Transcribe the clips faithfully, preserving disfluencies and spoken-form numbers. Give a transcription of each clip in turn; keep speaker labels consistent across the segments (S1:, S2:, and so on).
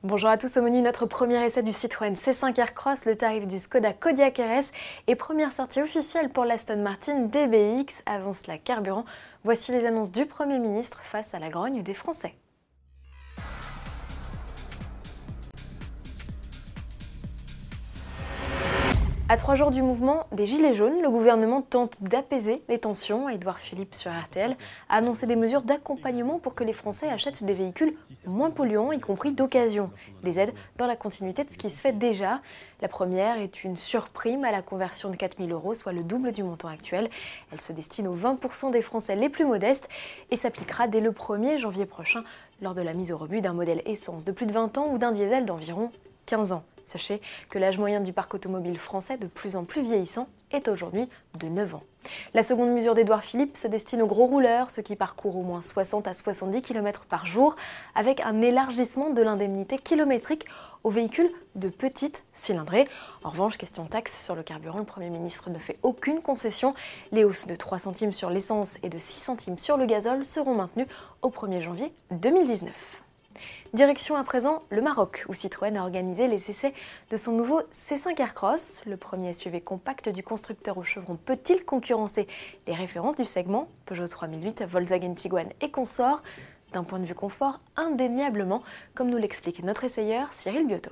S1: Bonjour à tous, au menu notre premier essai du Citroën C cinq Aircross, le tarif du Skoda Kodiaq R S et première sortie officielle pour l'Aston Martin D B X. Avant cela, carburant. Voici les annonces du Premier ministre face à la grogne des Français. À trois jours du mouvement des Gilets jaunes, le gouvernement tente d'apaiser les tensions. Édouard Philippe sur R T L a annoncé des mesures d'accompagnement pour que les Français achètent des véhicules moins polluants, y compris d'occasion. Des aides dans la continuité de ce qui se fait déjà. La première est une surprime à la conversion de quatre mille euros, soit le double du montant actuel. Elle se destine aux vingt pour cent des Français les plus modestes et s'appliquera dès le premier janvier prochain lors de la mise au rebut d'un modèle essence de plus de vingt ans ou d'un diesel d'environ quinze ans. Sachez que l'âge moyen du parc automobile français, de plus en plus vieillissant, est aujourd'hui de neuf ans. La seconde mesure d'Édouard Philippe se destine aux gros rouleurs, ceux qui parcourent au moins soixante à soixante-dix kilomètres par jour, avec un élargissement de l'indemnité kilométrique aux véhicules de petite cylindrée. En revanche, question taxe sur le carburant, le Premier ministre ne fait aucune concession. Les hausses de trois centimes sur l'essence et de six centimes sur le gazole seront maintenues au premier janvier deux mille dix-neuf. Direction à présent le Maroc, où Citroën a organisé les essais de son nouveau C cinq Aircross. Le premier S U V compact du constructeur au chevron peut-il concurrencer les références du segment, Peugeot trois mille huit, Volkswagen Tiguan et consorts? D'un point de vue confort, indéniablement, comme nous l'explique notre essayeur Cyril Biotto.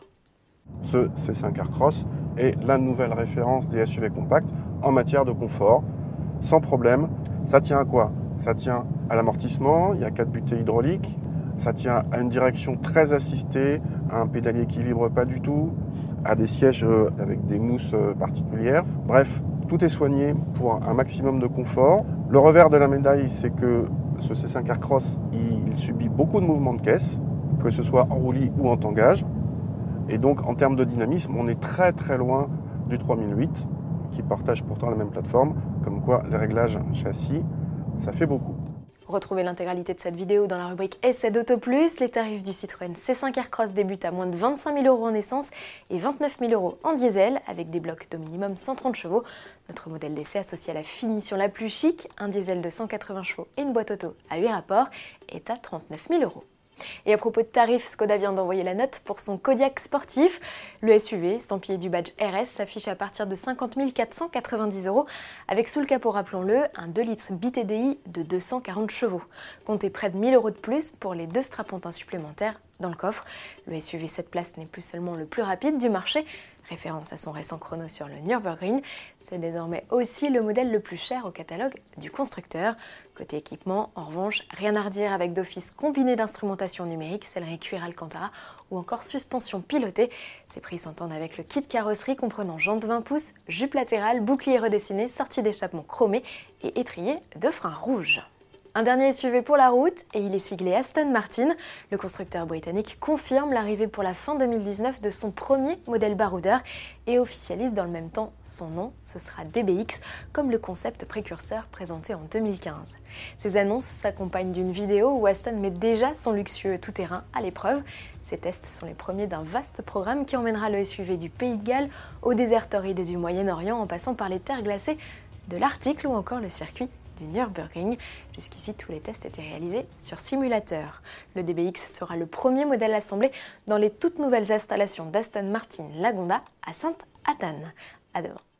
S2: Ce C cinq Aircross est la nouvelle référence des S U V compacts en matière de confort, sans problème. Ça tient à quoi? Ça tient à l'amortissement, il y a quatre butées hydrauliques. Ça tient à une direction très assistée, à un pédalier qui vibre pas du tout, à des sièges avec des mousses particulières. Bref, tout est soigné pour un maximum de confort. Le revers de la médaille, c'est que ce C cinq Aircross, il subit beaucoup de mouvements de caisse, que ce soit en roulis ou en tangage. Et donc, en termes de dynamisme, on est très très loin du trois mille huit, qui partage pourtant la même plateforme, comme quoi les réglages châssis, ça fait beaucoup.
S1: Retrouvez l'intégralité de cette vidéo dans la rubrique Essai d'Auto Plus. Les tarifs du Citroën C cinq Aircross débutent à moins de vingt-cinq mille euros en essence et vingt-neuf mille euros en diesel, avec des blocs d'au minimum cent trente chevaux. Notre modèle d'essai associé à la finition la plus chic, un diesel de cent quatre-vingts chevaux et une boîte auto à huit rapports, est à trente-neuf mille euros. Et à propos de tarifs, Skoda vient d'envoyer la note pour son Kodiaq sportif. Le S U V, estampillé du badge R S, s'affiche à partir de cinquante mille quatre cent quatre-vingt-dix euros, avec sous le capot, rappelons-le, un deux litres B T D I de deux cent quarante chevaux. Comptez près de mille euros de plus pour les deux strapontins supplémentaires dans le coffre. Le S U V sept places n'est plus seulement le plus rapide du marché, référence à son récent chrono sur le Nürburgring, c'est désormais aussi le modèle le plus cher au catalogue du constructeur. Côté équipement, en revanche, rien à redire avec d'office combiné d'instrumentation numérique, sellerie cuir Alcantara ou encore suspension pilotée. Ces prix s'entendent avec le kit carrosserie comprenant jantes vingt pouces, jupe latérale, bouclier redessiné, sortie d'échappement chromée et étrier de frein rouge. Un dernier S U V pour la route et il est siglé Aston Martin. Le constructeur britannique confirme l'arrivée pour la fin deux mille dix-neuf de son premier modèle baroudeur et officialise dans le même temps son nom, ce sera D B X, comme le concept précurseur présenté en deux mille quinze. Ces annonces s'accompagnent d'une vidéo où Aston met déjà son luxueux tout-terrain à l'épreuve. Ces tests sont les premiers d'un vaste programme qui emmènera le S U V du Pays de Galles au désert torride du Moyen-Orient en passant par les terres glacées de l'Arctique ou encore le circuit du Nürburgring. Jusqu'ici, tous les tests étaient réalisés sur simulateur. Le D B X sera le premier modèle assemblé dans les toutes nouvelles installations d'Aston Martin Lagonda à Sainte-Athan. À demain.